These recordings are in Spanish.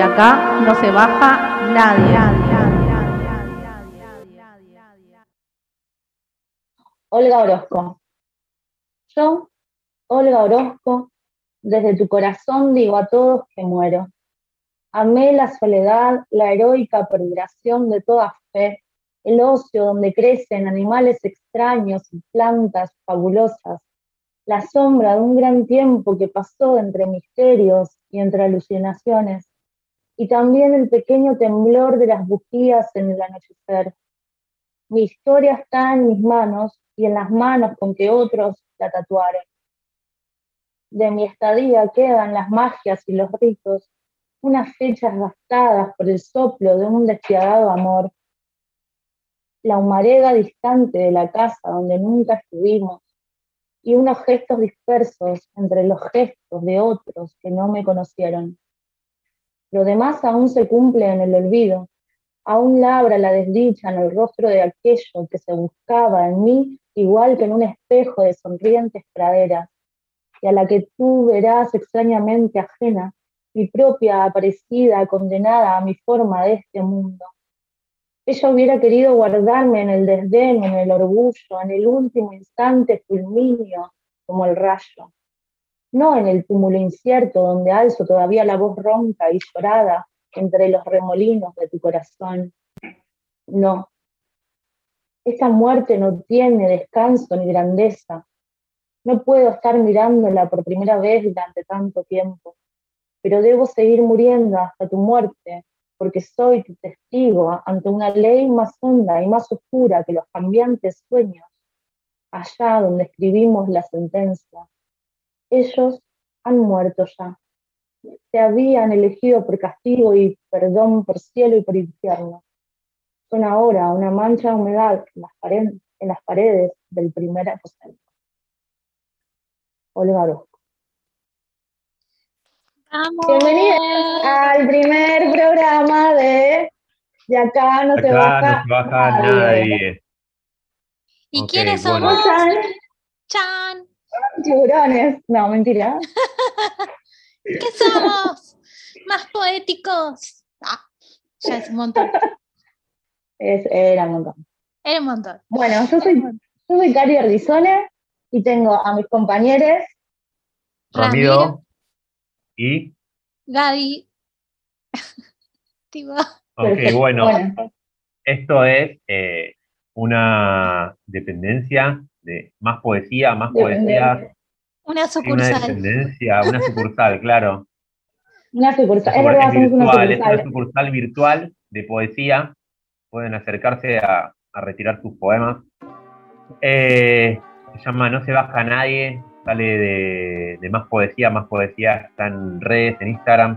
acá no se baja nadie. Olga Orozco. Yo, Olga Orozco, desde tu corazón digo a todos que muero. Amé la soledad, la heroica perduración de toda fe, el ocio donde crecen animales extraños y plantas fabulosas, la sombra de un gran tiempo que pasó entre misterios y entre alucinaciones, y también el pequeño temblor de las bujías en el anochecer. Mi historia está en mis manos y en las manos con que otros la tatuaron. De mi estadía quedan las magias y los ritos, unas fechas gastadas por el soplo de un despiadado amor, la humareda distante de la casa donde nunca estuvimos, y unos gestos dispersos entre los gestos de otros que no me conocieron. Lo demás aún se cumple en el olvido, aún labra la desdicha en el rostro de aquello que se buscaba en mí igual que en un espejo de sonrientes praderas, y a la que tú verás extrañamente ajena, mi propia aparecida condenada a mi forma de este mundo. Ella hubiera querido guardarme en el desdén, en el orgullo, en el último instante fulminio, como el rayo. No en el túmulo incierto donde alzo todavía la voz ronca y llorada entre los remolinos de tu corazón. No. Esa muerte no tiene descanso ni grandeza. No puedo estar mirándola por primera vez durante tanto tiempo, pero debo seguir muriendo hasta tu muerte, porque soy tu testigo ante una ley más honda y más oscura que los cambiantes sueños, allá donde escribimos la sentencia. Ellos han muerto ya. Se habían elegido por castigo y perdón por cielo y por infierno. Son ahora una mancha de humedad en las paredes del primer aposento. Olga Orozco. ¡Vamos! Bienvenidas al primer programa de Acá no se baja nadie. ¿Y Ok, quiénes somos? ¿Cómo están? ¡Chan! Tiburones. No, mentira. ¿Qué somos? Más poéticos. Ya es un montón. Era un montón. Era un montón. Bueno, yo soy Cari Ardizone y tengo a mis compañeros Ramiro y Gaby. Tipo. ok, bueno, esto es una dependencia de más poesía, Una sí, sucursal. una sucursal, claro. Una sucursal. Es verdad, somos una Es sucursal. una sucursal virtual de poesía. Pueden acercarse a retirar sus poemas. Se llama No se baja nadie, sale de Más Poesía está en redes, en Instagram,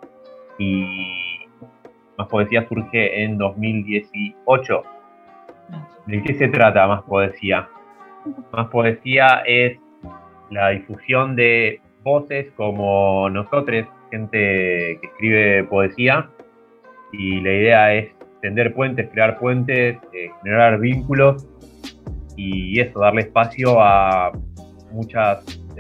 y Más Poesía surge en 2018. ¿De qué se trata Más Poesía? Más Poesía es la difusión de voces como nosotros, gente que escribe poesía, y la idea es tender puentes, crear puentes, generar vínculos y eso, darle espacio a muchas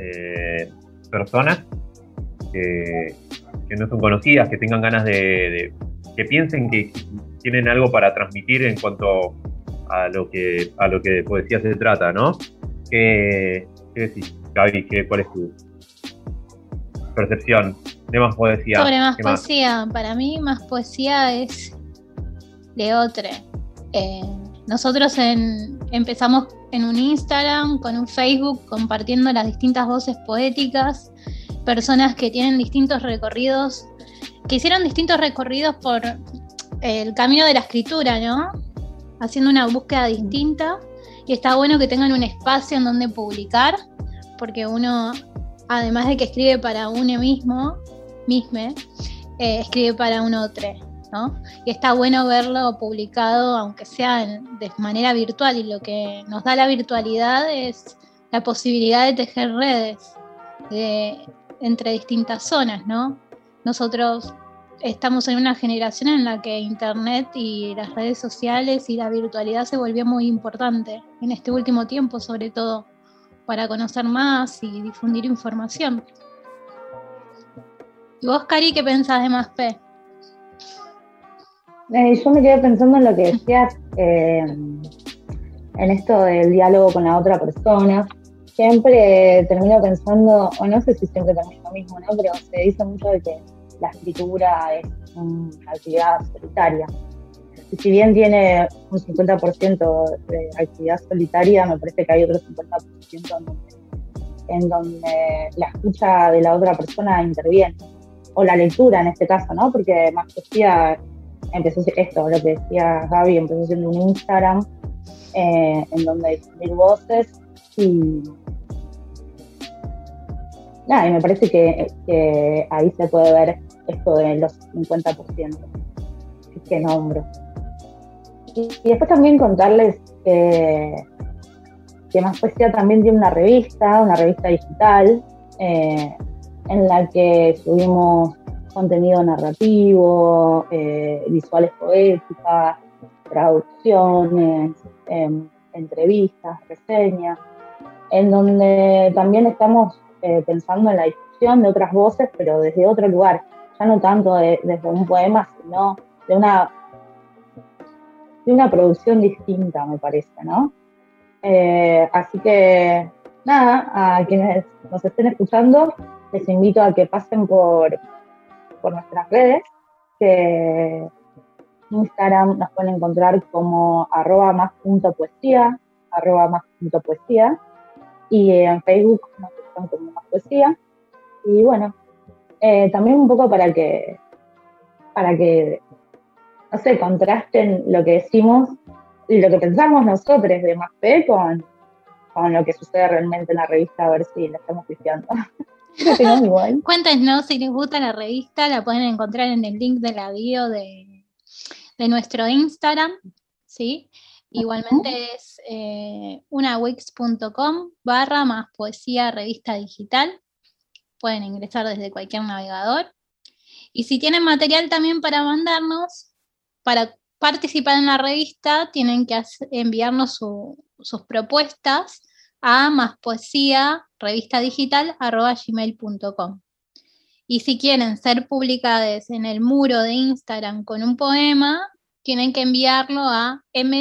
personas que no son conocidas, que tengan ganas que piensen que tienen algo para transmitir en cuanto a lo que de poesía se trata, ¿no? ¿Qué decís, Gaby? ¿Cuál es tu percepción de Más Poesía? Sobre Más Poesía, para mí Más Poesía es Leotre. Nosotros empezamos en un Instagram, con un Facebook, compartiendo las distintas voces poéticas, personas que tienen distintos recorridos, que hicieron distintos recorridos por el camino de la escritura, ¿no? Haciendo una búsqueda distinta, y está bueno que tengan un espacio en donde publicar, porque uno, además de que escribe para uno mismo, escribe para un otro, ¿no? Y está bueno verlo publicado, aunque sea de manera virtual, y lo que nos da la virtualidad es la posibilidad de tejer redes entre distintas zonas, ¿no? Nosotros estamos en una generación en la que Internet y las redes sociales y la virtualidad se volvió muy importante, en este último tiempo sobre todo, para conocer más y difundir información. ¿Y vos, Cari, qué pensás de Más P? Yo me quedé pensando en lo que decías, en esto del diálogo con la otra persona. Siempre termino pensando, o no sé si siempre termino lo mismo, ¿no? Pero se dice mucho de que la escritura es una actividad solitaria. Y si bien tiene un 50% de actividad solitaria, me parece que hay otro 50% en donde la escucha de la otra persona interviene. O la lectura en este caso, ¿no? Porque Más Poesía empezó esto, lo que decía Gaby, empezó siendo un Instagram en donde difundir voces y nada, y me parece que ahí se puede ver esto de los 50% que nombro. Y después también contarles que Más Poesía también tiene una revista digital, en la que subimos contenido narrativo, visuales poéticas, traducciones, entrevistas, reseñas, en donde también estamos pensando en la difusión de otras voces, pero desde otro lugar, ya no tanto desde un poema, sino de una producción distinta, me parece, ¿no? Así que, nada, a quienes nos estén escuchando, les invito a que pasen por nuestras redes, que Instagram nos pueden encontrar como @más.poesía, @más.poesía, y en Facebook nos buscan como Más Poesía. Y bueno, también un poco para que, no sé, contrasten lo que decimos y lo que pensamos nosotros de Más P con lo que sucede realmente en la revista, a ver si la estamos pifiando. Igual. Cuéntenos si les gusta la revista, la pueden encontrar en el link de la bio de nuestro Instagram, ¿sí? Igualmente es unawix.com/Más Poesía Revista Digital. Pueden ingresar desde cualquier navegador. Y si tienen material también para mandarnos, para participar en la revista, tienen que enviarnos sus propuestas a maspoesiarevistadigital@gmail.com. Y si quieren ser publicadas en el muro de Instagram con un poema, tienen que enviarlo a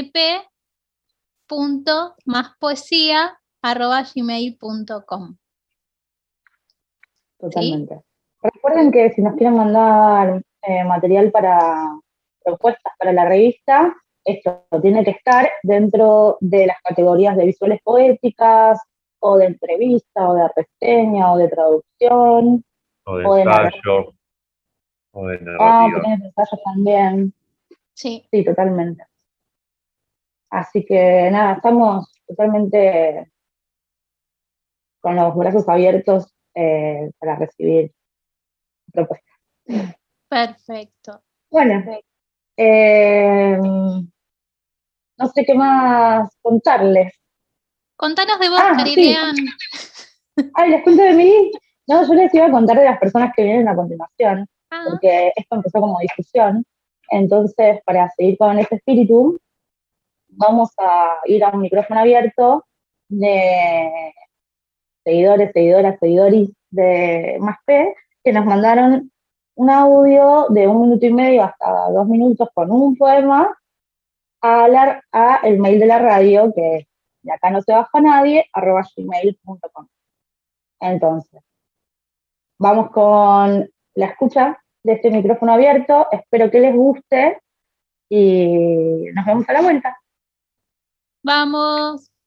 mp.maspoesia@gmail.com. Totalmente. ¿Sí? Recuerden que si nos quieren mandar material para propuestas para la revista, esto tiene que estar dentro de las categorías de visuales poéticas, o de entrevista, o de reseña, o de traducción, o de ensayo, o de narrativa. Tienes ensayos también. Sí. Sí, totalmente. Así que nada, estamos totalmente con los brazos abiertos para recibir propuestas. Perfecto. Bueno, no sé qué más contarles. Contanos de vos, Carilian. Sí. Ay, ¿les cuento de mí? No, yo les iba a contar de las personas que vienen a continuación, porque esto empezó como discusión. Entonces, para seguir con ese espíritu, vamos a ir a un micrófono abierto de seguidores de Más P, que nos mandaron un audio de 1 minuto y medio hasta 2 minutos con un poema a el mail de la radio, que es de acá no se baja nadie, @gmail.com. Entonces, vamos con la escucha de este micrófono abierto. Espero que les guste y nos vemos a la vuelta. ¡Vamos!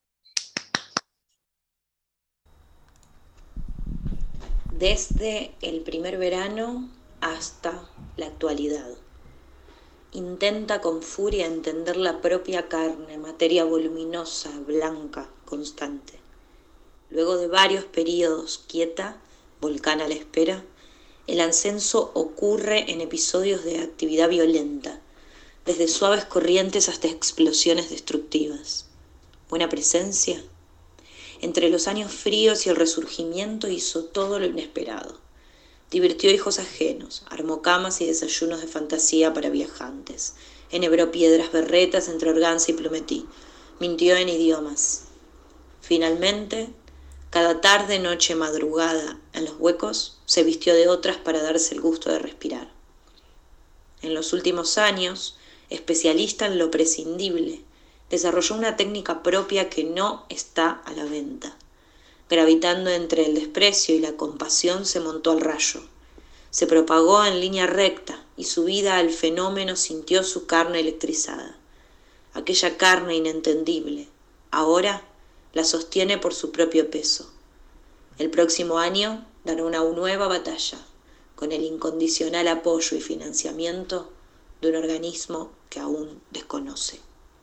Desde el primer verano hasta la actualidad. Intenta con furia entender la propia carne, materia voluminosa, blanca, constante. Luego de varios periodos quieta, volcán a la espera, el ascenso ocurre en episodios de actividad violenta, desde suaves corrientes hasta explosiones destructivas. ¿Buena presencia? Entre los años fríos y el resurgimiento hizo todo lo inesperado. Divirtió hijos ajenos, armó camas y desayunos de fantasía para viajantes, enhebró piedras berretas entre organza y plumetí, mintió en idiomas. Finalmente, cada tarde, noche, madrugada, en los huecos, se vistió de otras para darse el gusto de respirar. En los últimos años, especialista en lo prescindible, desarrolló una técnica propia que no está a la venta. Gravitando entre el desprecio y la compasión, se montó al rayo. Se propagó en línea recta y subida al fenómeno sintió su carne electrizada. Aquella carne inentendible, ahora la sostiene por su propio peso. El próximo año dará una nueva batalla, con el incondicional apoyo y financiamiento de un organismo que aún desconoce.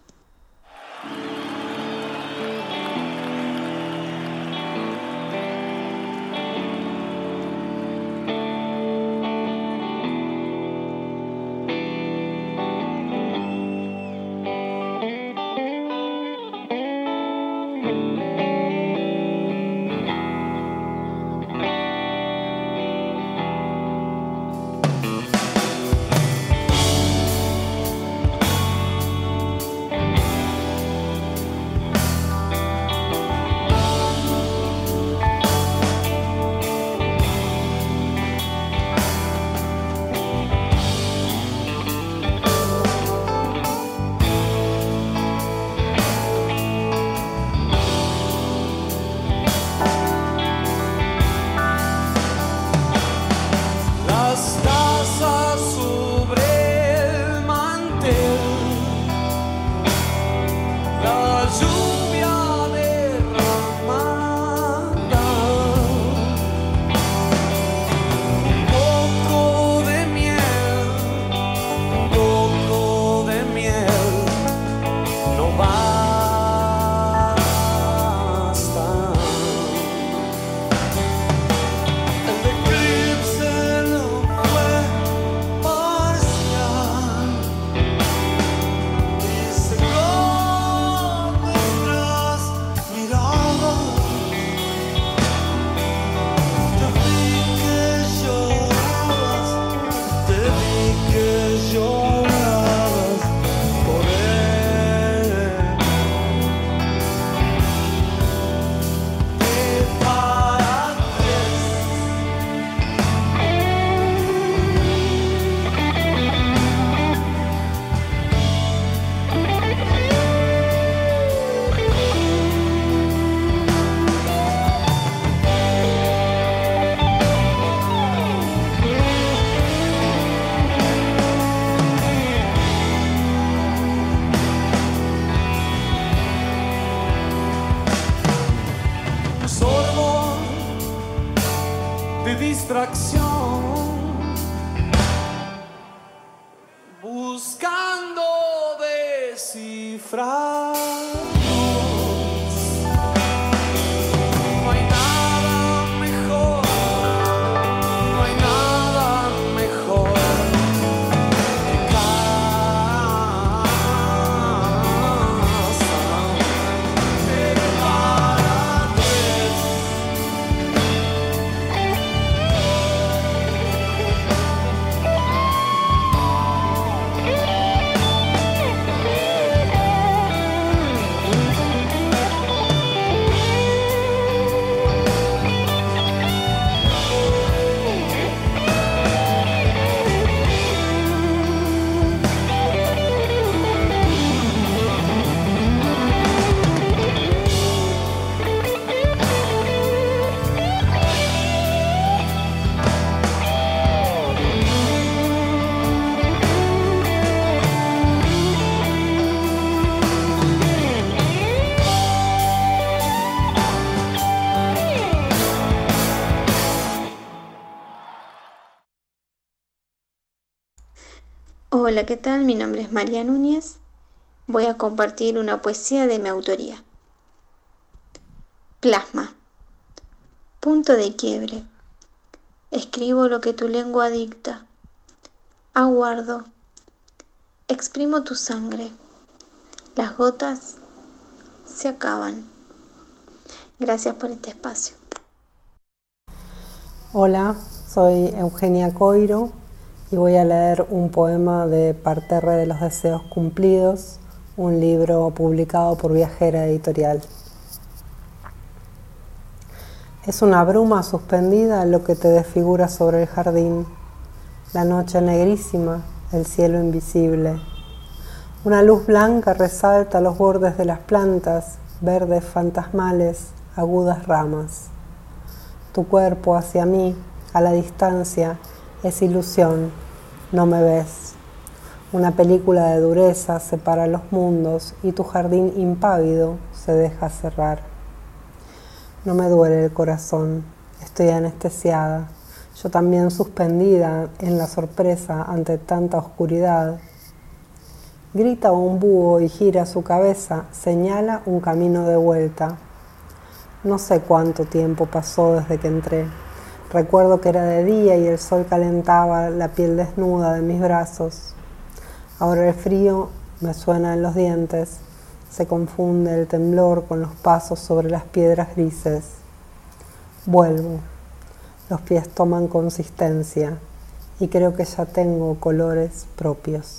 Buscando descifrar. No hay nada mejor, no hay nada mejor que casa. Para tres. Hola, ¿qué tal? Mi nombre es María Núñez. Voy a compartir una poesía de mi autoría. Plasma. Punto de quiebre. Escribo lo que tu lengua dicta. Aguardo. Exprimo tu sangre. Las gotas se acaban. Gracias por este espacio. Hola, soy Eugenia Coiro y voy a leer un poema de Parterre de los Deseos Cumplidos, un libro publicado por Viajera Editorial. Es una bruma suspendida lo que te desfigura sobre el jardín, la noche negrísima, el cielo invisible. Una luz blanca resalta los bordes de las plantas, verdes fantasmales, agudas ramas. Tu cuerpo hacia mí, a la distancia, es ilusión, no me ves. Una película de dureza separa los mundos y tu jardín impávido se deja cerrar. No me duele el corazón, estoy anestesiada, yo también suspendida en la sorpresa ante tanta oscuridad. Grita un búho y gira su cabeza, señala un camino de vuelta. No sé cuánto tiempo pasó desde que entré. Recuerdo que era de día y el sol calentaba la piel desnuda de mis brazos. Ahora el frío me suena en los dientes, se confunde el temblor con los pasos sobre las piedras grises. Vuelvo, los pies toman consistencia y creo que ya tengo colores propios.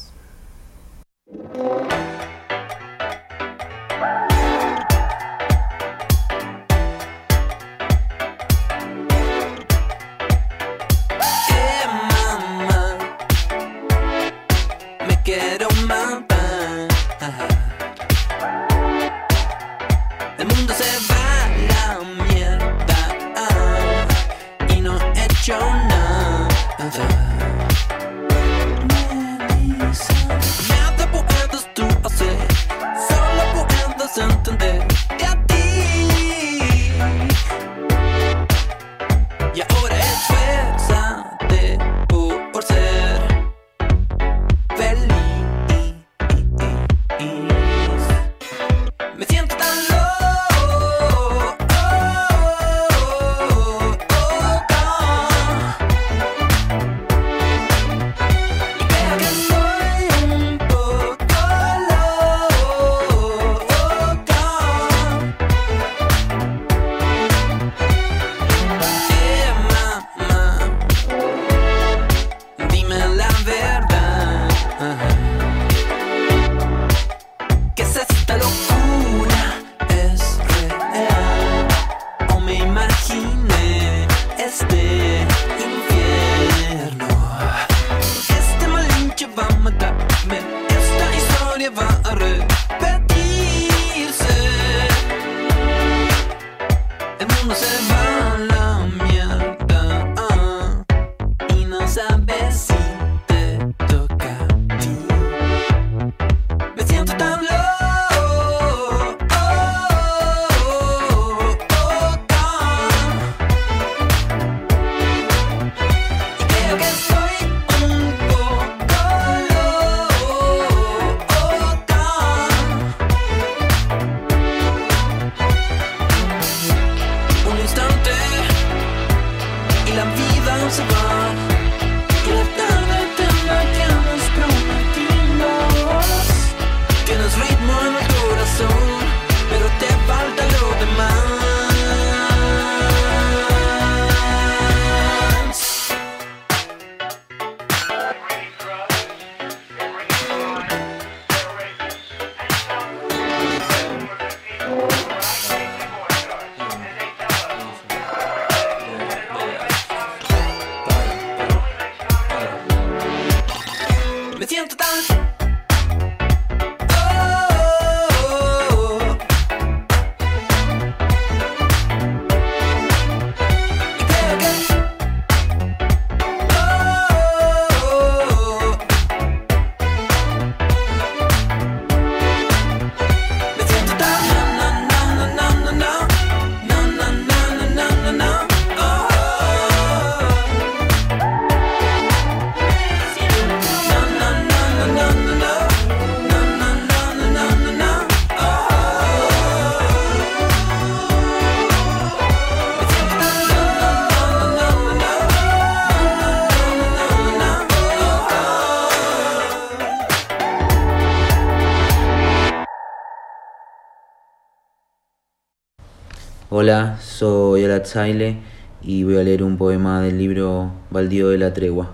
Hola, soy Alatzaile y voy a leer un poema del libro Baldío de la Tregua.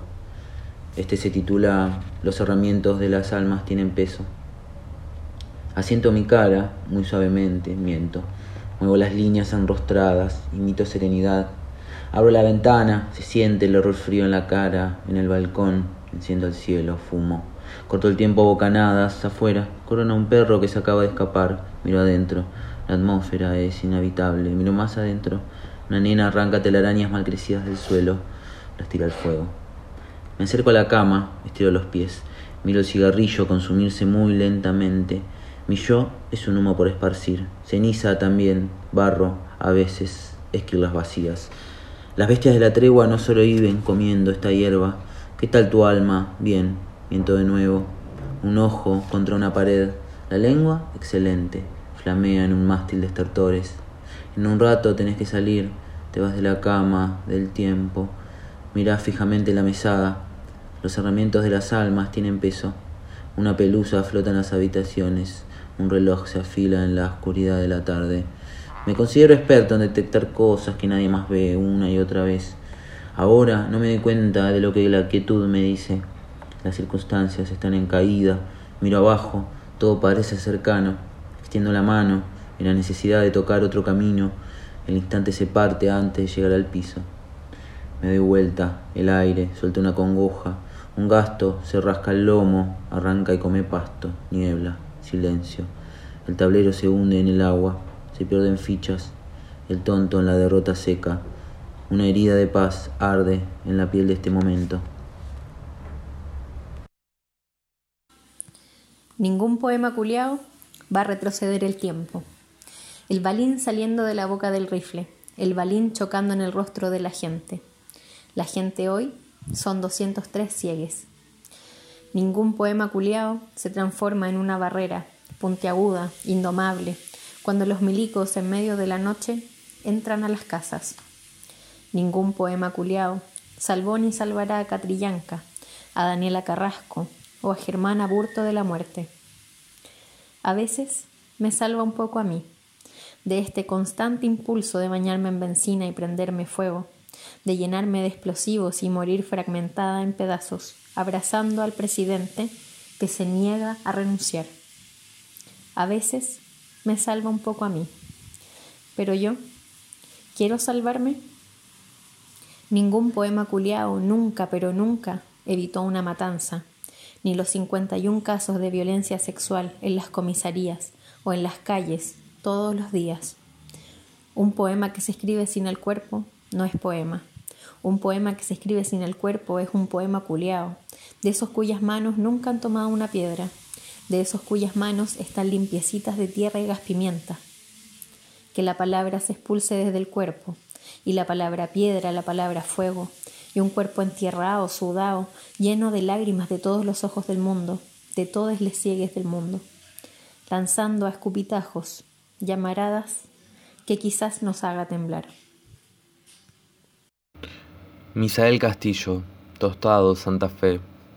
Este se titula Los herramientas de las almas tienen peso. Asiento mi cara, muy suavemente, miento. Muevo las líneas enrostradas, imito serenidad. Abro la ventana, se siente el horror frío en la cara, en el balcón, enciendo el cielo, fumo. Corto el tiempo a bocanadas. Afuera, corona un perro que se acaba de escapar. Miro adentro. La atmósfera es inhabitable. Miro más adentro. Una nena arranca telarañas mal crecidas del suelo. Las tira al fuego. Me acerco a la cama. Estiro los pies. Miro el cigarrillo consumirse muy lentamente. Mi yo es un humo por esparcir. Ceniza también. Barro. A veces. Esquirlas vacías. Las bestias de la tregua no solo viven comiendo esta hierba. ¿Qué tal tu alma? Bien. Viento de nuevo. Un ojo contra una pared. La lengua, excelente. Flamea en un mástil de estertores. En un rato tenés que salir. Te vas de la cama, del tiempo. Mirás fijamente la mesada. Los herramientas de las almas tienen peso. Una pelusa flota en las habitaciones. Un reloj se afila en la oscuridad de la tarde. Me considero experto en detectar cosas que nadie más ve una y otra vez. Ahora no me doy cuenta de lo que la quietud me dice. Las circunstancias están en caída. Miro abajo, todo parece cercano. Extiendo la mano en la necesidad de tocar otro camino. El instante se parte antes de llegar al piso. Me doy vuelta, el aire, suelta una congoja. Un gasto se rasca el lomo, arranca y come pasto. Niebla, silencio. El tablero se hunde en el agua. Se pierden fichas, el tonto en la derrota seca. Una herida de paz arde en la piel de este momento. Ningún poema culiao va a retroceder el tiempo. El balín saliendo de la boca del rifle, el balín chocando en el rostro de la gente. La gente hoy son 203 ciegues. Ningún poema culiao se transforma en una barrera puntiaguda, indomable, cuando los milicos en medio de la noche entran a las casas. Ningún poema culiao salvó ni salvará a Catrillanca, a Daniela Carrasco o a Germana Burto de la muerte. A veces me salva un poco a mí, de este constante impulso de bañarme en benzina y prenderme fuego, de llenarme de explosivos y morir fragmentada en pedazos, abrazando al presidente que se niega a renunciar. A veces me salva un poco a mí. Pero yo, ¿quiero salvarme? Ningún poema culiao nunca, pero nunca, evitó una matanza, ni los 51 casos de violencia sexual en las comisarías o en las calles todos los días. Un poema que se escribe sin el cuerpo no es poema. Un poema que se escribe sin el cuerpo es un poema culiao, de esos cuyas manos nunca han tomado una piedra, de esos cuyas manos están limpiecitas de tierra y gas pimienta. Que la palabra se expulse desde el cuerpo, y la palabra piedra, la palabra fuego, y un cuerpo entierrado, sudado, lleno de lágrimas de todos los ojos del mundo, de todas les ciegues del mundo, lanzando a escupitajos, llamaradas, que quizás nos haga temblar. Misael Castillo, Tostado, Santa Fe.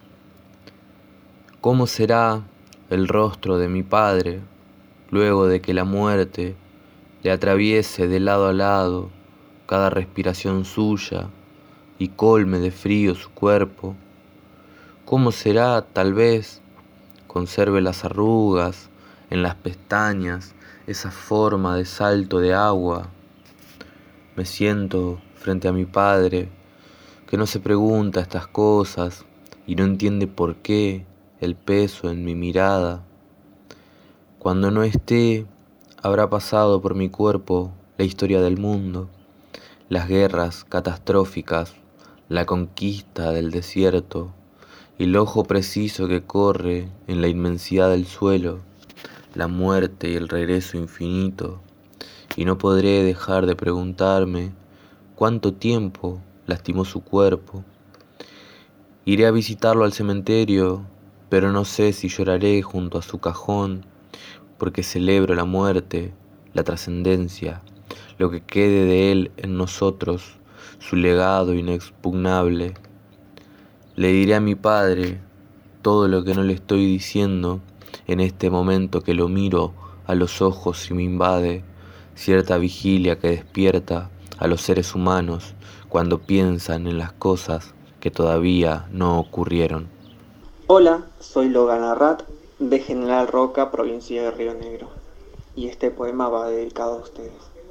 ¿Cómo será el rostro de mi padre luego de que la muerte le atraviese de lado a lado cada respiración suya y colme de frío su cuerpo? ¿Cómo será, tal vez, conserve las arrugas en las pestañas, esa forma de salto de agua? Me siento frente a mi padre, que no se pregunta estas cosas y no entiende por qué el peso en mi mirada. Cuando no esté, habrá pasado por mi cuerpo la historia del mundo, las guerras catastróficas, la conquista del desierto, el ojo preciso que corre en la inmensidad del suelo, la muerte y el regreso infinito, y no podré dejar de preguntarme cuánto tiempo lastimó su cuerpo. Iré a visitarlo al cementerio, pero no sé si lloraré junto a su cajón, porque celebro la muerte, la trascendencia, lo que quede de él en nosotros, su legado inexpugnable. Le diré a mi padre todo lo que no le estoy diciendo en este momento que lo miro a los ojos y me invade cierta vigilia que despierta a los seres humanos cuando piensan en las cosas que todavía no ocurrieron. Hola, soy Logan Arrat, de General Roca, provincia de Río Negro, y este poema va dedicado a ustedes.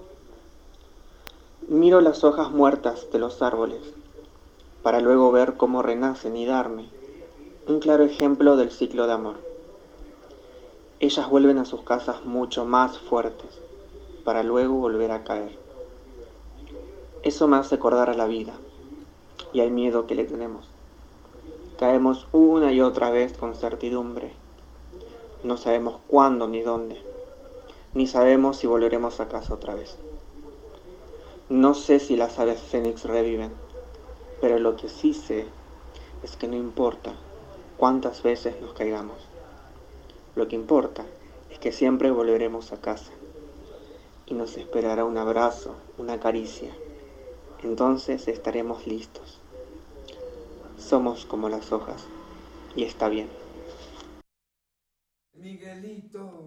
Miro las hojas muertas de los árboles, para luego ver cómo renacen y darme Un claro ejemplo del ciclo de amor. Ellas vuelven a sus casas mucho más fuertes, para luego volver a caer. Eso me hace acordar a la vida y al miedo que le tenemos. Caemos una y otra vez con certidumbre. No sabemos cuándo ni dónde, ni sabemos si volveremos a casa otra vez. No sé si las aves fénix reviven, pero lo que sí sé es que no importa cuántas veces nos caigamos. Lo que importa es que siempre volveremos a casa y nos esperará un abrazo, una caricia. Entonces estaremos listos. Somos como las hojas y está bien. Miguelito.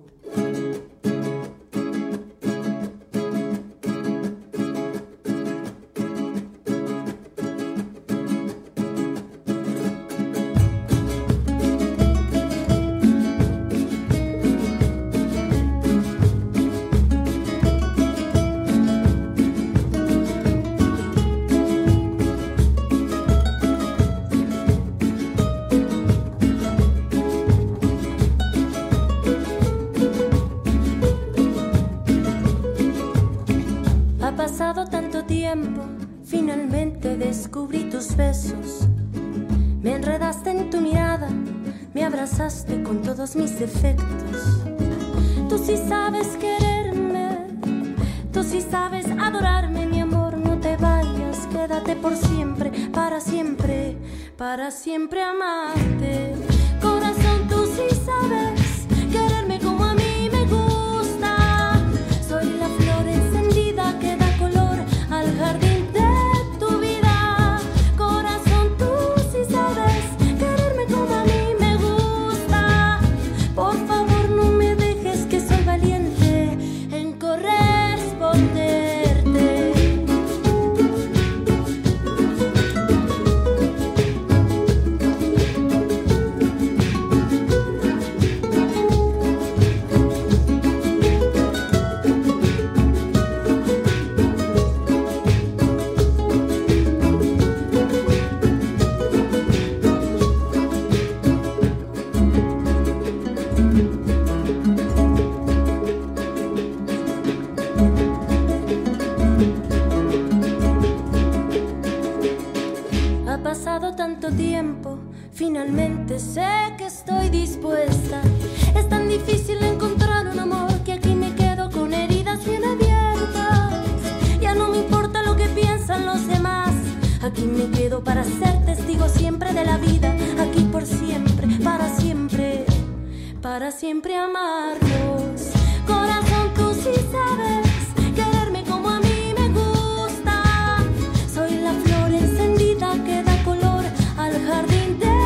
Finalmente descubrí tus besos. Me enredaste en tu mirada, me abrazaste con todos mis defectos. Tú sí sabes quererme, tú sí sabes adorarme, mi amor, no te vayas, quédate por siempre, para siempre amarte. Corazón, tú sí sabes quererme como a mí me gusta. Soy la flor encendida que da color al jardín. Finalmente sé que estoy dispuesta. Es tan difícil encontrar un amor que aquí me quedo con heridas bien abiertas. Ya no me importa lo que piensan los demás. Aquí me quedo para ser testigo siempre de la vida. Aquí por siempre, para siempre amarnos. Corazón, tú sí sabes quererme como a mí me gusta. Soy la flor encendida que da color al jardín de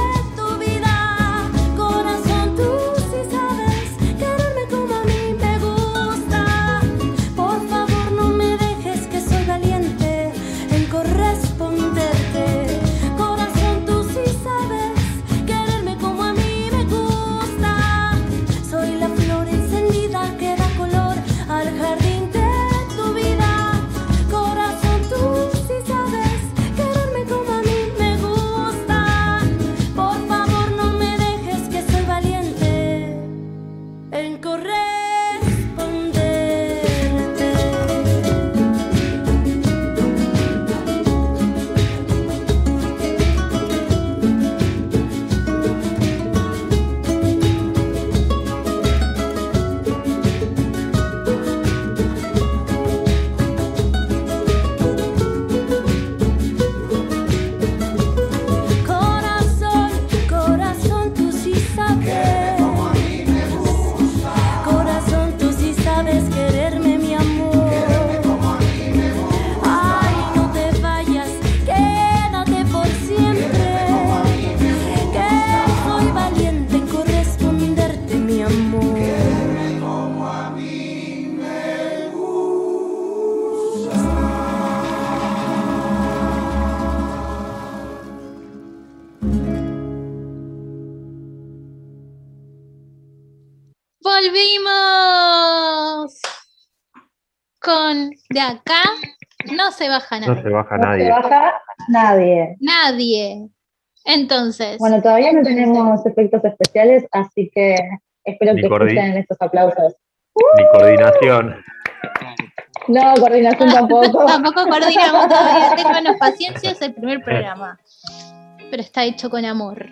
Volvimos con De Acá No Se Baja Nadie. No se baja No nadie. se baja nadie. Nadie. Entonces. Bueno, todavía no tenemos efectos especiales, así que espero que escuchen estos aplausos. Ni coordinación. No, coordinación tampoco. Tampoco coordinamos todavía. Ténganos paciencia, es el primer programa. Pero está hecho con amor.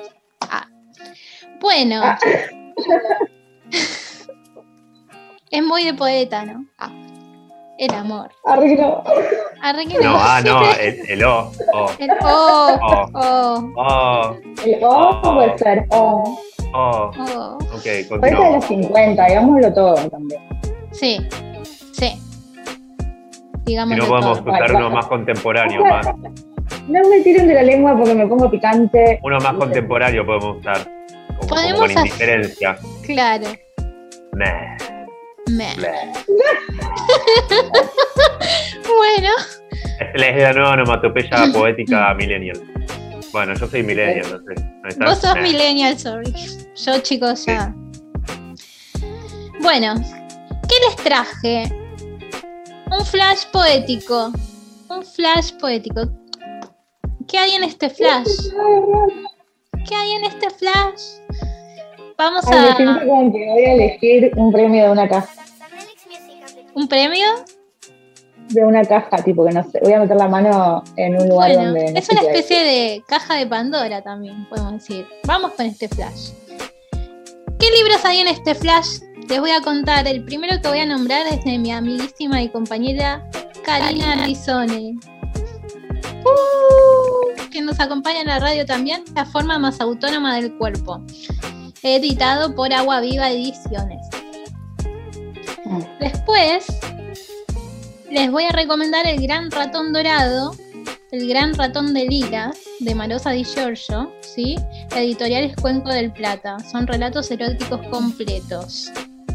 Bueno. Es muy de poeta, ¿no? El amor. Arreglo. No, el O. El O. El O puede ser O. Ok, Puede ser de continuamos. los 50, digámoslo todo también. Sí. Si Digámoslo no podemos todo. usar uno más contemporáneo, más. No me tiren de la lengua porque me pongo picante. Uno más contemporáneo podemos usar. Como con indiferencia. Claro. Meh. Bueno. Es la nueva onomatopeya poética millennial. Bueno, yo soy millennial, no sé. ¿No estás? Vos sos millennial, sorry. Yo, chicos, ya. Bueno, ¿qué les traje? Un flash poético. ¿Qué hay en este flash? Vamos Me siento como que voy a elegir un premio de una caja. ¿Un premio? De una caja, tipo que no sé. Voy a meter la mano en un lugar donde. No es una especie de caja de Pandora también, podemos decir. Vamos con este flash. ¿Qué libros hay en este flash? Les voy a contar. El primero que voy a nombrar es de mi amiguísima y compañera Karina Rizone, que nos acompaña en la radio también. La forma más autónoma del cuerpo. Editado por Agua Viva Ediciones. Después les voy a recomendar El Gran Ratón Dorado, El Gran Ratón de Lilas, de Marosa Di Giorgio, ¿sí? Editoriales Cuenco del Plata. Son relatos eróticos completos.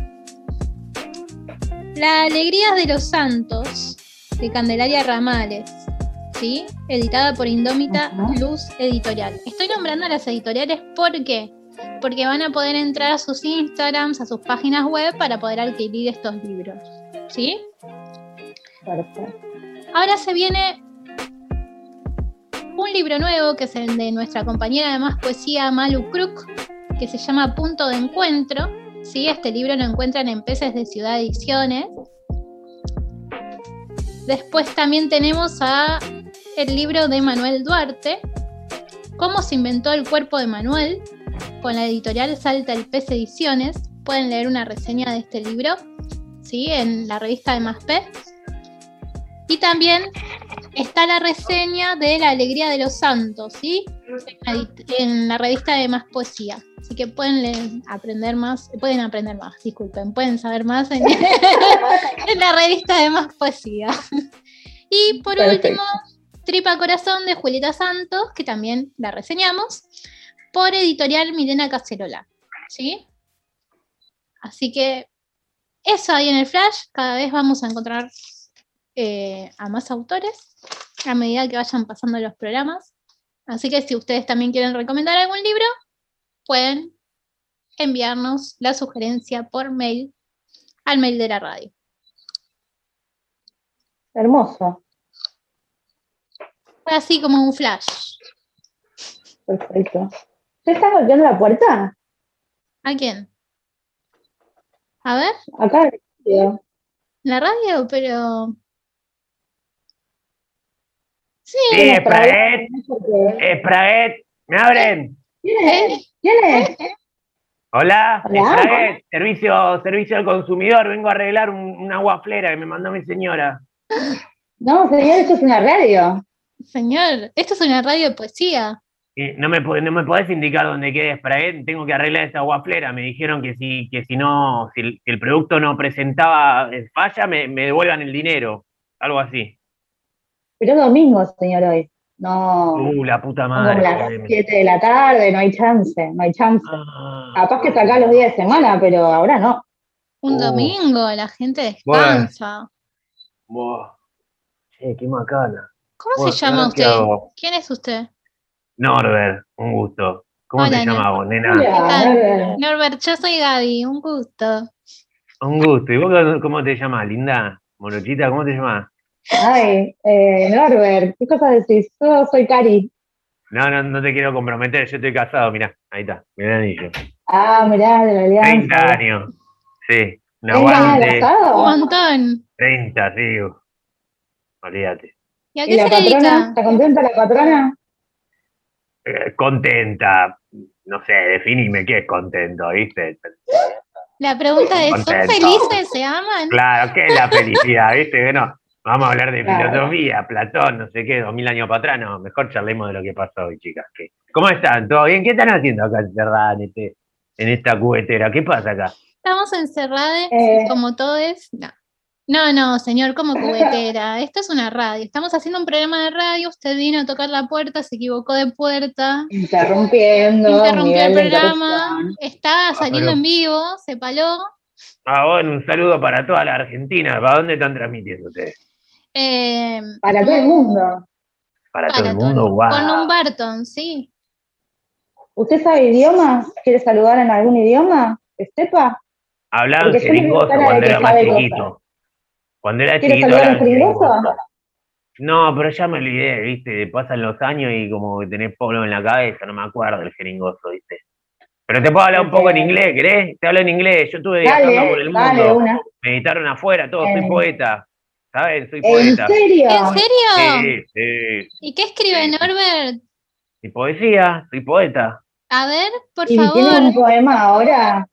La Alegría de los Santos, de Candelaria Ramales, ¿sí? Editada por Indómita Luz Editorial. Estoy nombrando a las editoriales porque van a poder entrar a sus Instagrams, a sus páginas web para poder adquirir estos libros, ¿sí? Perfecto. Ahora se viene un libro nuevo que es el de nuestra compañera de Más Poesía, Malu Kruk, que se llama Punto de Encuentro, ¿sí? Este libro lo encuentran en Peces de Ciudad Ediciones. Después también tenemos el libro de Manuel Duarte, Cómo se inventó el cuerpo de Manuel, con la editorial Salta el Pez Ediciones. Pueden leer una reseña de este libro, ¿sí? En la revista de Más P. Y también está la reseña de La Alegría de los Santos, ¿sí? En la revista de Más Poesía. Así que pueden aprender más, pueden saber más en la revista de Más Poesía. Y por último, Tripa Corazón de Julieta Santos, que también la reseñamos, por editorial Milena Cacerola, ¿sí? Así que eso ahí en el flash. Cada vez vamos a encontrar a más autores a medida que vayan pasando los programas. Así que si ustedes también quieren recomendar algún libro, pueden enviarnos la sugerencia por mail al mail de la radio. Hermoso. Fue así como un flash. Perfecto. ¿Te estás golpeando la puerta? ¿A quién? A ver. Acá en el estudio. La radio, pero... Sí. Spraguet, ¿me abren? ¿Quién es? Hola, Hola. Spraguet, servicio al consumidor, vengo a arreglar una guaflera que me mandó mi señora. No, señor, esto es una radio. Señor, esto es una radio de poesía. No me podés indicar dónde quede Spraguet, tengo que arreglar esa guaflera. Me dijeron que si el producto no presentaba falla, me devuelvan el dinero, algo así. Pero es domingo, señor, hoy. No. La puta Son madre. como las 7 de la tarde, no hay chance. Capaz que saca los días de semana, pero ahora no. Un domingo, la gente descansa. Qué macana. ¿Cómo se llama usted? ¿Quién es usted? Norbert, un gusto. ¿Cómo Hola, te llamas vos, nena? ¿Qué tal? Norbert, yo soy Gaby, un gusto. Un gusto. ¿Y vos cómo te llamas, linda? Morochita, ¿cómo te llamas? Ay, Norbert, ¿qué cosas decís? Yo soy Cari. No te quiero comprometer, yo estoy casado, mirá, ahí está, mirá el anillo. Ah, mirá, de la alianza. 30 años, sí, un 30 años de aguante. casado. Un montón. 30, sí, olvídate. ¿Y a ¿Y qué la se patrona? dedica? ¿Está contenta la patrona? Contenta, no sé, definime qué es contento, ¿viste? La pregunta es, ¿son Contento. felices? ¿Se aman? Claro, ¿qué es la felicidad, viste? Que no, vamos a hablar de Claro. filosofía, Platón, no sé qué, 2000 años para atrás, no, mejor charlemos de lo que pasó hoy, chicas. ¿Cómo están? ¿Todo bien? ¿Qué están haciendo acá encerradas en esta cubetera? ¿Qué pasa acá? Estamos encerradas como todos. No, señor, como cubetera. Esto es una radio. Estamos haciendo un programa de radio. Usted vino a tocar la puerta, se equivocó de puerta. Interrumpiendo. Interrumpió nivel el de programa. interrupción. Está saliendo pero- en vivo, se paló. Bueno, un saludo para toda la Argentina. ¿Para dónde están transmitiendo ustedes? Para todo el mundo. Para todo el mundo, wow. Con un Barton, sí. ¿Usted sabe idiomas? ¿Quiere saludar en algún idioma? ¿Que sepa? Hablaba en Porque yo le veo jeringoso cara de cuando que era más sabe chiquito. cosas. Cuando era ¿Quiere chiquito saludar hablaba en en jeringoso? jeringoso. No, pero ya me olvidé, viste, pasan los años y como que tenés polvo en la cabeza, no me acuerdo del jeringoso, viste. Pero te puedo hablar un poco en inglés, ¿querés? Te hablo en inglés, yo estuve viajando por el Dale, mundo, una. me editaron afuera, todo, soy poeta, ¿sabes? Soy ¿En poeta. serio? ¿En serio? Sí. ¿Y qué escribe Norbert? Y poesía, soy poeta. A ver, por ¿Y favor. tiene un poema ahora?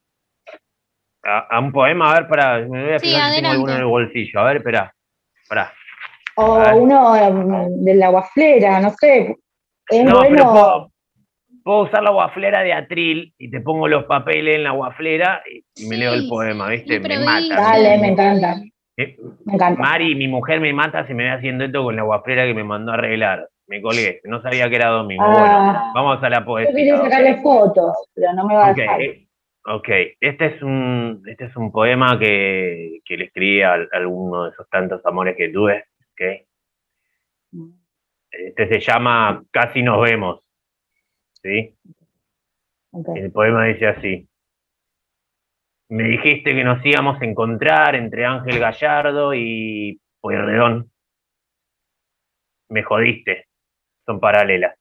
A un poema, a ver, me voy a Sí, fijar si tengo alguno en el adelante. bolsillo, a ver, esperá. O A ver. uno de la guaflera, no sé. Es No, pero bueno. puedo usar la guaflera de atril y te pongo los papeles en la guaflera y me leo el poema, ¿viste? Me mata. Dale, me encanta. Me encanta. Mari, mi mujer, me mata si me ve haciendo esto con la guaflera que me mandó a arreglar. Me colgué, no sabía que era domingo. Bueno, vamos a la Yo poesía. quería sacarle fotos, pero no me va a dejar. Ok, este es un poema que le escribí a alguno de esos tantos amores que tuve. ¿Okay? Este se llama Casi nos vemos. ¿Sí? El poema dice así. Me dijiste que nos íbamos a encontrar entre Ángel Gallardo y Pueyrredón. Me jodiste. Son paralelas.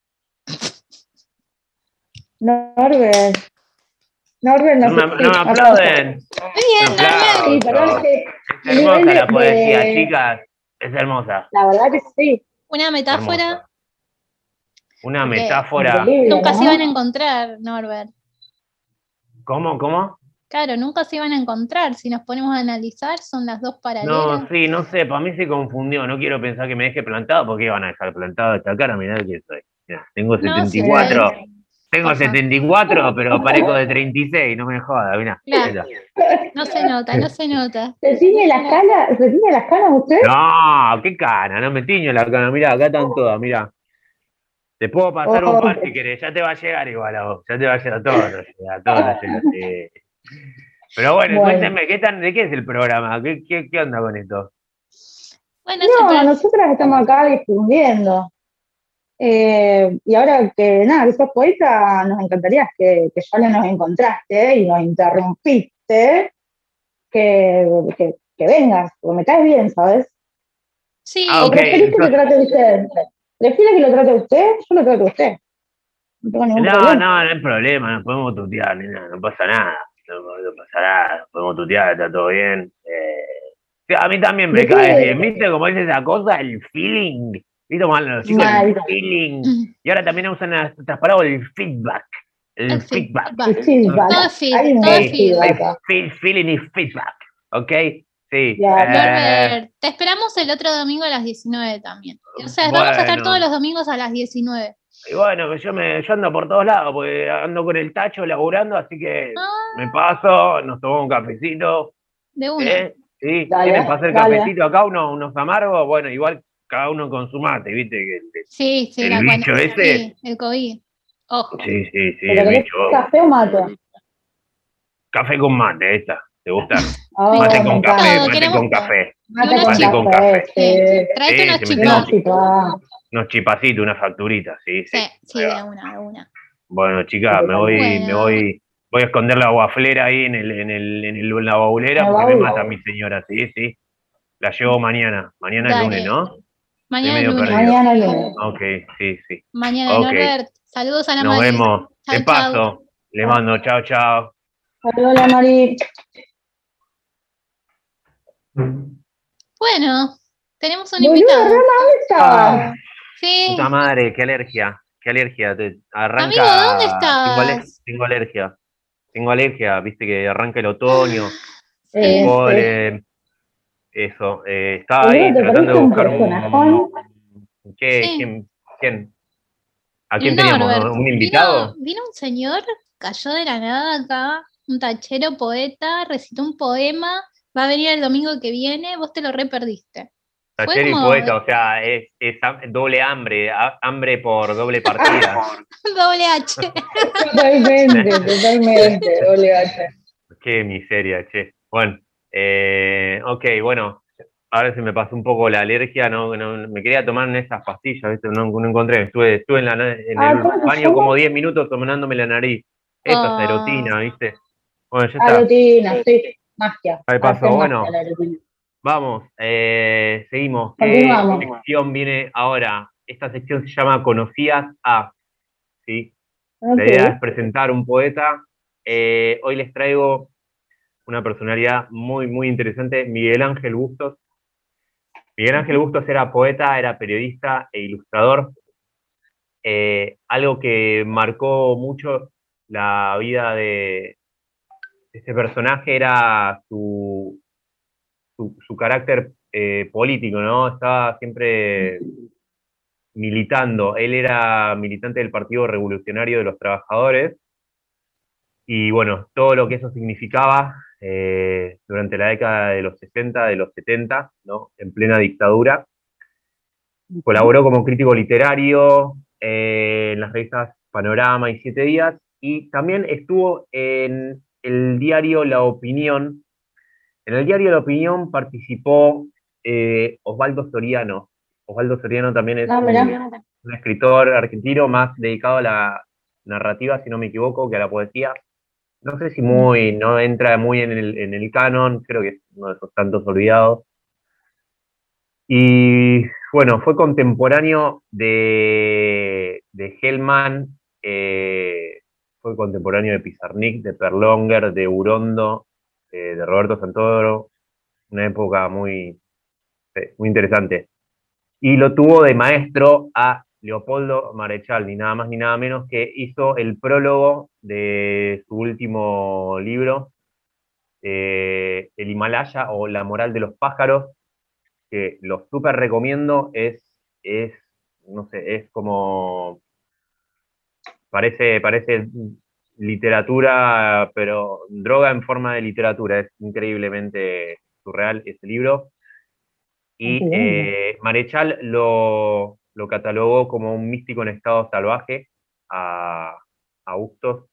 Norbert, no me aplauden. Bien, Norbert. Sí, perdón, es que Es hermosa la poesía, chicas. Es hermosa. La verdad que sí. Una metáfora. Hermosa. Una Porque metáfora. Nunca se iban a encontrar, Norbert. ¿Cómo? Claro, nunca se iban a encontrar. Si nos ponemos a analizar, son las dos paralelas. No, sí, no sé, para mí se confundió. No quiero pensar que me deje plantado, porque iban a dejar plantado esta cara. Mirá quién soy. Mirá, tengo 74. Tengo 74, pero parezco de 36, no me jodas, mirá. Claro. No se nota. ¿Se tiñe las canas usted? No, qué cana, no me tiño la cana. Mirá, acá están todas, mirá. Te puedo pasar un par si querés, ya te va a llegar igual a vos. Ya te va a llegar a todos, sí. Pero bueno, cuéntenme, ¿de qué es el programa? ¿Qué onda con esto? Bueno, nosotras estamos acá difundiendo. Y ahora que sos poeta, nos encantaría que ya nos encontraste y nos interrumpiste, que vengas, porque me caes bien, ¿sabes? Sí. ¿O preferís que lo trate usted? ¿Prefiere que lo trate usted? Yo lo trato a usted. No tengo ningún problema. No hay problema, nos podemos tutear, no pasa nada. No pasa nada, podemos tutear, está todo bien. Sí, a mí también me cae bien, ¿viste? Como dice esa cosa, el feeling. ¿Viste cómo hablan los chicos? El feeling. Y ahora también usan estas palabras, el feedback. El feedback. Todo feedback. Feeling y feedback. ¿Ok? Sí. Norbert, te esperamos el otro domingo a las 19 también. O sea, vamos a estar todos los domingos a las 19. Y bueno, yo ando por todos lados, porque ando con el tacho laburando, así que me paso, nos tomamos un cafecito. De una. Sí, ¿quieren pasar cafecito acá, unos amargos? Bueno, igual cada uno con su mate, ¿viste? Sí, el bicho ese. Sí, el COVID. Ojo. Sí, ¿Pero querés café o mate? Café con mate, esta. ¿Te gusta? Mate con café. Mate con café. Tráete unos chipás. Unos chipacitos, unas facturitas, sí. Sí, de una. Bueno, chicas, voy a esconder la guaflera ahí en la baulera porque me mata mi señora, sí. La llevo mañana. Mañana es lunes, ¿no? Mañana medio lunes. perdido. Mañana lunes. Ok, sí, sí. Mañana, Ok. Norbert. Saludos a la Nos Mari. vemos. Chau, De paso, le mando chao, chao. Hola, Mari. Bueno, tenemos un Boludo, invitado. Rama, ¿dónde estabas? Sí. Puta madre, qué alergia. Qué alergia. Amigo, Arranca. ¿dónde estabas? Tengo alergia. Tengo alergia, viste que arranca el otoño, el Sí. polen, eso. Estaba Boludo, ahí ¿te tratando de perdiste un buscar personajón? ¿Qué? Sí. ¿Quién? ¿A quién teníamos? Norbert. ¿Un invitado? Vino un señor, cayó de la nada acá, un tachero poeta, recitó un poema, va a venir el domingo que viene, vos te lo re perdiste. Fue Tachero y como poeta, o sea, es doble hambre, hambre por doble partida. doble H. Totalmente, doble H. Qué miseria, che. Bueno, ok, bueno, ahora se me pasó un poco la alergia, no, me quería tomar esas pastillas, ¿viste? No encontré, estuve en el ¿cómo se baño llama? como 10 minutos tomándome la nariz. Esa es erotina, ¿viste? Bueno, ya está. Arotina, sí, magia. Ahí pasó, Hace bueno, magia la arotina. vamos, seguimos. ¿Qué Continuamos. sección viene ahora? Esta sección se llama Conocías a, ¿sí? Ok. La idea es presentar un poeta. Hoy les traigo una personalidad muy, muy interesante, Miguel Ángel Bustos. Miguel Ángel Bustos era poeta, era periodista e ilustrador. Algo que marcó mucho la vida de este personaje era su carácter político, ¿no? Estaba siempre militando. Él era militante del Partido Revolucionario de los Trabajadores. Y bueno, todo lo que eso significaba durante la década de los 60, de los 70, ¿no? En plena dictadura. Colaboró como crítico literario en las revistas Panorama y Siete Días, y también estuvo en el diario La Opinión. En el diario La Opinión participó Osvaldo Soriano. Osvaldo Soriano también es un escritor argentino más dedicado a la narrativa, si no me equivoco, que a la poesía. No sé si no entra muy en el canon, creo que es uno de esos tantos olvidados. Y bueno, fue contemporáneo de Hellman, fue contemporáneo de Pizarnik, de Perlonger, de Urondo, de Roberto Santoro, una época muy, muy interesante. Y lo tuvo de maestro a Leopoldo Marechal, ni nada más ni nada menos, que hizo el prólogo de su último libro, El Himalaya o La moral de los pájaros, que lo súper recomiendo. No sé, es como, parece literatura, pero droga en forma de literatura, es increíblemente surreal ese libro. Y Marechal lo catalogó como un místico en estado salvaje a Bustos.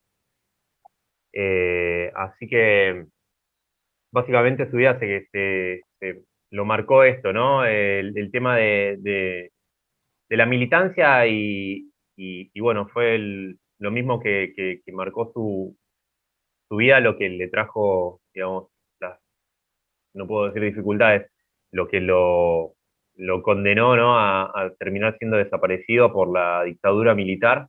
Así que básicamente su vida lo marcó esto, ¿no? El tema de la militancia y bueno, fue lo mismo que marcó su vida, lo que le trajo, digamos, no puedo decir dificultades, lo que lo condenó, ¿no? a terminar siendo desaparecido por la dictadura militar.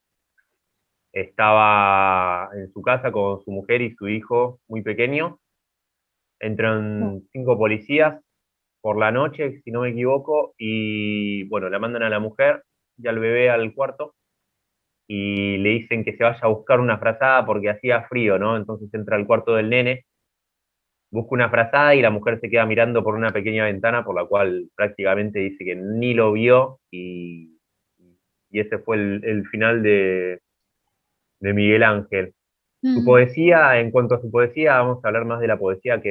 Estaba en su casa con su mujer y su hijo muy pequeño. Entran 5 policías por la noche, si no me equivoco, y bueno, la mandan a la mujer y al bebé al cuarto y le dicen que se vaya a buscar una frazada porque hacía frío, ¿no? Entonces entra al cuarto del nene, busca una frazada y la mujer se queda mirando por una pequeña ventana por la cual prácticamente dice que ni lo vio, y ese fue el final de Miguel Ángel. Su poesía, en cuanto a su poesía, vamos a hablar más de la poesía que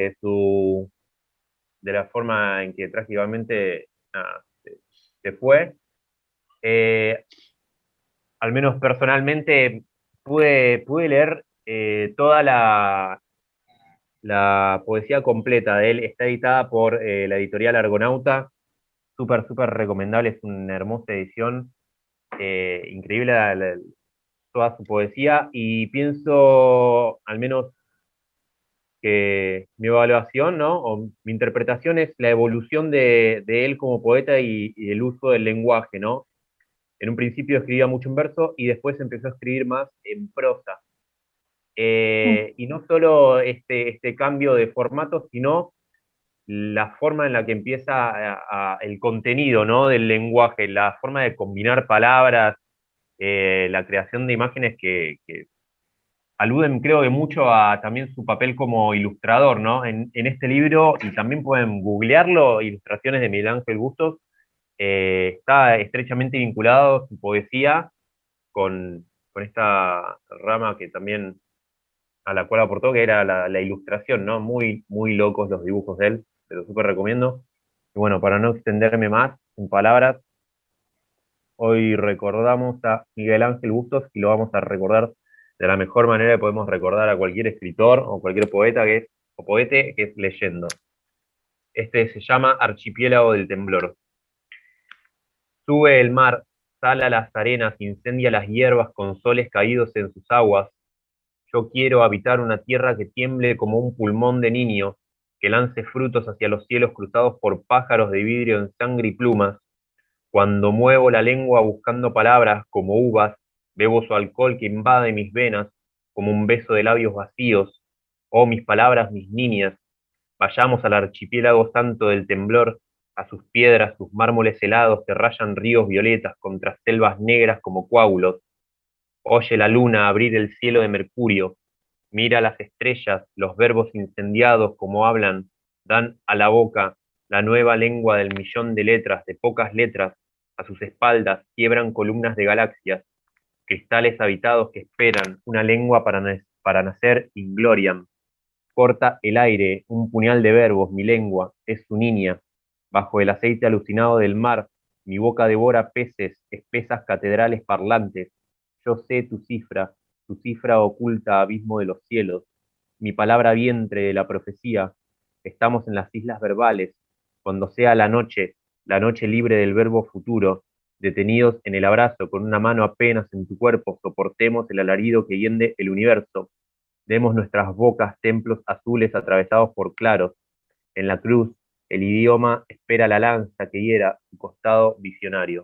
de la forma en que trágicamente se fue. Al menos personalmente pude leer toda la poesía completa de él. Está editada por la editorial Argonauta. Súper, súper recomendable, es una hermosa edición. Increíble toda su poesía, y pienso, al menos que mi evaluación, ¿no? O mi interpretación es la evolución de él como poeta y el uso del lenguaje, ¿no? En un principio escribía mucho en verso y después empezó a escribir más en prosa. Y no solo este cambio de formato, sino la forma en la que empieza el contenido, ¿no? Del lenguaje, la forma de combinar palabras, la creación de imágenes que aluden, creo que mucho a también su papel como ilustrador, ¿no? En este libro, y también pueden googlearlo, Ilustraciones de Miguel Ángel Bustos, está estrechamente vinculado su poesía con esta rama que también a la cual aportó, que era la ilustración, ¿no? Muy, muy locos los dibujos de él, te lo súper recomiendo. Y bueno, para no extenderme más en palabras, hoy recordamos a Miguel Ángel Bustos y lo vamos a recordar de la mejor manera que podemos recordar a cualquier escritor o cualquier poeta o poete, que es leyendo. Este se llama Archipiélago del Temblor. Sube el mar, sala las arenas, incendia las hierbas con soles caídos en sus aguas. Yo quiero habitar una tierra que tiemble como un pulmón de niño, que lance frutos hacia los cielos cruzados por pájaros de vidrio en sangre y plumas. Cuando muevo la lengua buscando palabras como uvas, bebo su alcohol que invade mis venas como un beso de labios vacíos. Oh, mis palabras, mis niñas, vayamos al archipiélago santo del temblor, a sus piedras, sus mármoles helados que rayan ríos violetas contra selvas negras como coágulos. Oye la luna abrir el cielo de mercurio, mira las estrellas, los verbos incendiados como hablan, dan a la boca la nueva lengua del millón de letras, de pocas letras, a sus espaldas quiebran columnas de galaxias, cristales habitados que esperan, una lengua para nacer ingloriam. Corta el aire, un puñal de verbos, mi lengua, es su niña. Bajo el aceite alucinado del mar, mi boca devora peces, espesas catedrales parlantes. Yo sé tu cifra oculta abismo de los cielos. Mi palabra vientre de la profecía. Estamos en las islas verbales. Cuando sea la noche libre del verbo futuro, detenidos en el abrazo, con una mano apenas en tu cuerpo, soportemos el alarido que hiende el universo. Demos nuestras bocas templos azules atravesados por claros. En la cruz, el idioma espera la lanza que hiera su costado visionario.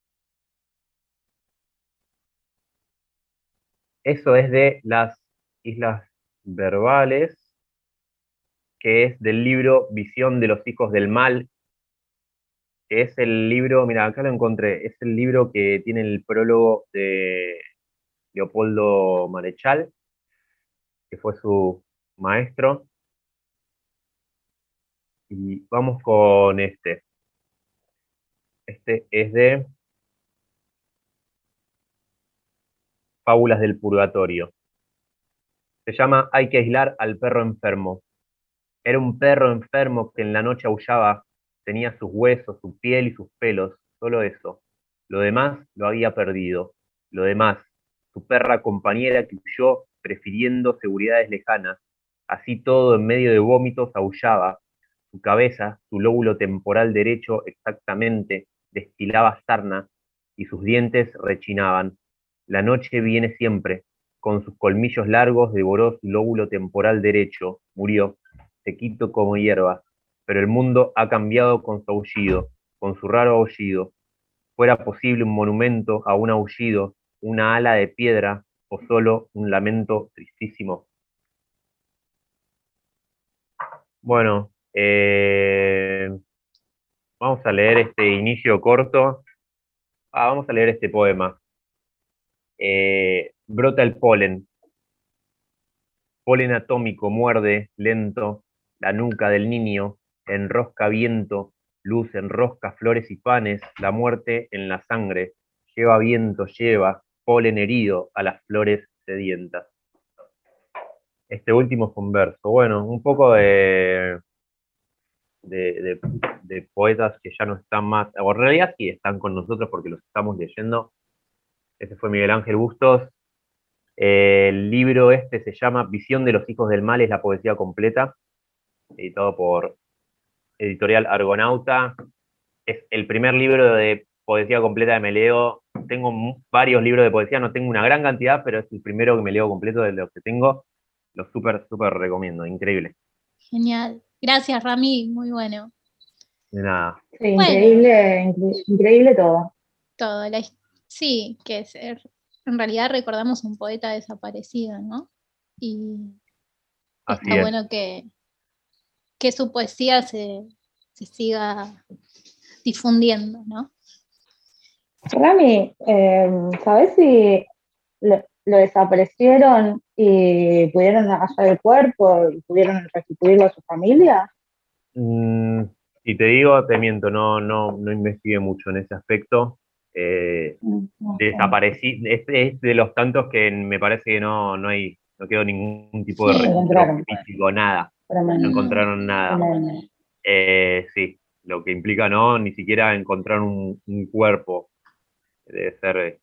Eso es de las Islas Verbales, que es del libro Visión de los Hijos del Mal, que es el libro, mira, acá lo encontré, es el libro que tiene el prólogo de Leopoldo Marechal, que fue su maestro. Y vamos con este. Este es de Fábulas del Purgatorio. Se llama Hay que aislar al perro enfermo. Era un perro enfermo que en la noche aullaba, tenía sus huesos, su piel y sus pelos, solo eso. Lo demás lo había perdido. Lo demás, su perra compañera que huyó prefiriendo seguridades lejanas. Así todo en medio de vómitos aullaba. Su cabeza, su lóbulo temporal derecho exactamente, destilaba sarna y sus dientes rechinaban. La noche viene siempre. Con sus colmillos largos devoró su lóbulo temporal derecho. Murió, sequito como hierba. Pero el mundo ha cambiado con su aullido, con su raro aullido. ¿Fuera posible un monumento a un aullido, una ala de piedra o solo un lamento tristísimo? Bueno, vamos a leer este inicio corto. Vamos a leer este poema. Brota el polen. Polen atómico muerde, lento, la nuca del niño, enrosca viento, luz enrosca flores y panes, la muerte en la sangre, lleva viento, lleva, polen herido a las flores sedientas. Este último fue un verso. Bueno, un poco de poetas que ya no están más, o en realidad sí están con nosotros porque los estamos leyendo. Ese fue Miguel Ángel Bustos. El libro este se llama Visión de los Hijos del Mal, es la poesía completa, editado por Editorial Argonauta. Es el primer libro de poesía completa que me leo. Tengo varios libros de poesía, no tengo una gran cantidad, pero es el primero que me leo completo de los que tengo. lo súper recomiendo, increíble. Genial. Gracias, Rami, muy bueno. De nada. Sí, Bueno. increíble todo. Todo. Sí, que en realidad recordamos un poeta desaparecido, ¿no? Y Así está es. bueno que su poesía se siga difundiendo, ¿no? Rami, ¿sabés si lo desaparecieron y pudieron hallar el cuerpo y pudieron restituirlo a su familia? Si te digo, te miento, no investigué mucho en ese aspecto. Desaparecí, es de los tantos que me parece que no quedó ningún tipo de Sí, registro encontraron. físico, nada. Tremendo. No encontraron nada. Tremendo. Sí, lo que implica ni siquiera encontrar un cuerpo. Debe ser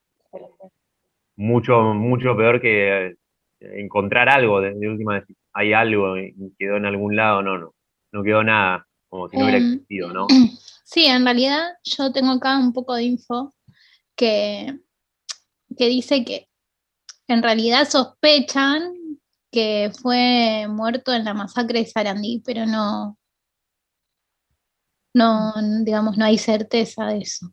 mucho peor que encontrar algo de última vez. Hay algo y quedó en algún lado, no quedó nada, como si no hubiera existido, ¿no? Sí, en realidad yo tengo acá un poco de info que dice que en realidad sospechan que fue muerto en la masacre de Sarandí, pero digamos, no hay certeza de eso.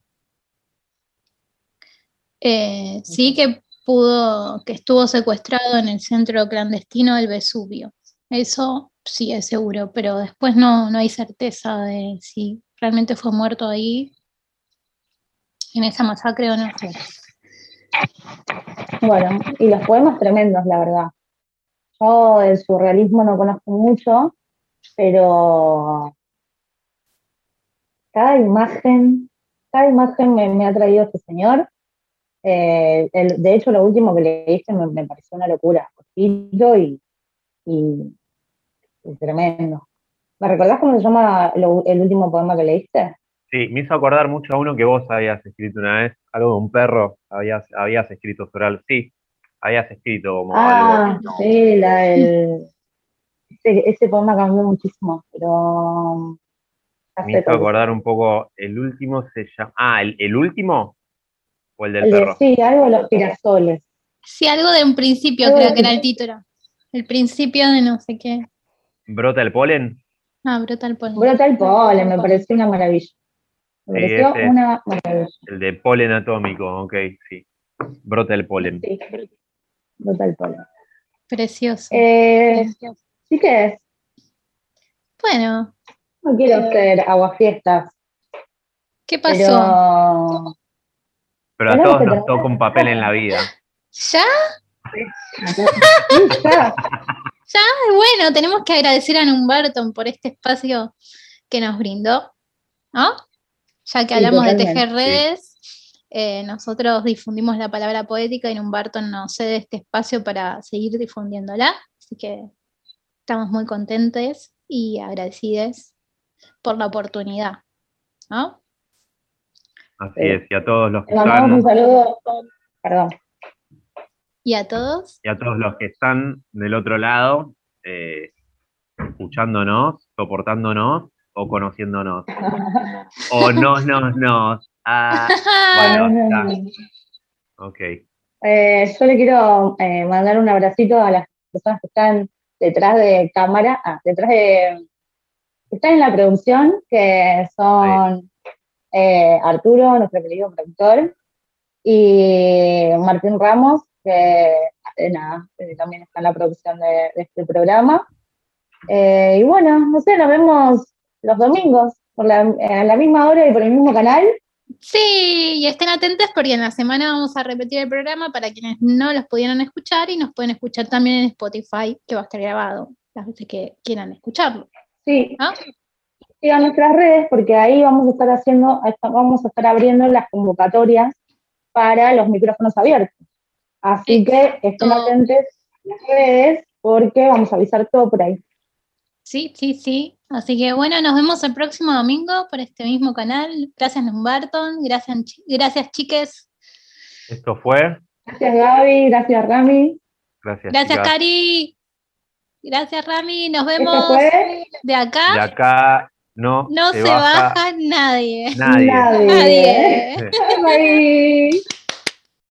Sí que estuvo secuestrado en el centro clandestino del Vesubio. Eso sí es seguro, pero después no hay certeza de si realmente fue muerto ahí en esa masacre o no. Bueno, y los poemas tremendos, la verdad. Yo el surrealismo no conozco mucho, pero cada imagen me ha traído este señor. De hecho, lo último que leíste me pareció una locura, cortito y tremendo. ¿Me recordás cómo se llama el último poema que leíste? Sí, me hizo acordar mucho a uno que vos habías escrito una vez, algo de un perro, habías escrito sobre algo. Sí, habías escrito como algo. Sí, ese poema cambió muchísimo, pero... Me hizo acordar un poco, el último se llama... ¿el último? ¿O el del El de, perro? sí, algo de los girasoles. Sí, algo de un principio, Algo creo de- que era el título. El principio de no sé qué. ¿Brota el polen? Brota el polen. Brota el polen, me pareció una maravilla. Me Sí, pareció ese es una maravilla. el de polen atómico, ok, sí. Brota el polen. Sí, brota el polen. Precioso. Precioso. Sí que es. Bueno, No quiero ser aguafiestas. ¿qué pasó? Pero a Tenemos todos que nos terminar. toca un papel en la vida. ¿Ya? Sí, ya. Ya, bueno, tenemos que agradecer a Numbarton por este espacio que nos brindó, ¿no? Ya que Sí, hablamos de totalmente. tejer redes, nosotros difundimos la palabra poética y Numbarton nos cede este espacio para seguir difundiéndola, así que estamos muy contentos y agradecidos por la oportunidad, ¿no? Así es, y a todos los que Le mandamos un están, saludo. Perdón. Y a todos, y a todos los que están del otro lado, escuchándonos, soportándonos o conociéndonos. O no. Bueno, No. está. Ok. Yo le quiero mandar un abracito a las personas que están detrás de cámara, que están en la producción, que son Arturo, nuestro querido productor, y Martín Ramos, que también está en la producción de este programa. Y bueno, no sé, nos vemos los domingos a la misma hora y por el mismo canal. sí, y estén atentos porque en la semana vamos a repetir el programa para quienes no los pudieron escuchar y nos pueden escuchar también en Spotify, que va a estar grabado las veces que quieran escucharlo. Sí. ¿No? Sigan nuestras redes porque ahí vamos a estar abriendo las convocatorias para los micrófonos abiertos. Así que estén atentos a las redes porque vamos a avisar todo por ahí. Sí. Así que bueno, nos vemos el próximo domingo por este mismo canal. Gracias, Numbarton. Gracias, chiques. Esto fue. Gracias, Gaby. Gracias, Rami. Gracias, Gracias, chicas. Cari. Gracias, Rami. Nos vemos Esto fue de acá. De acá no se baja nadie. Nadie. Bye.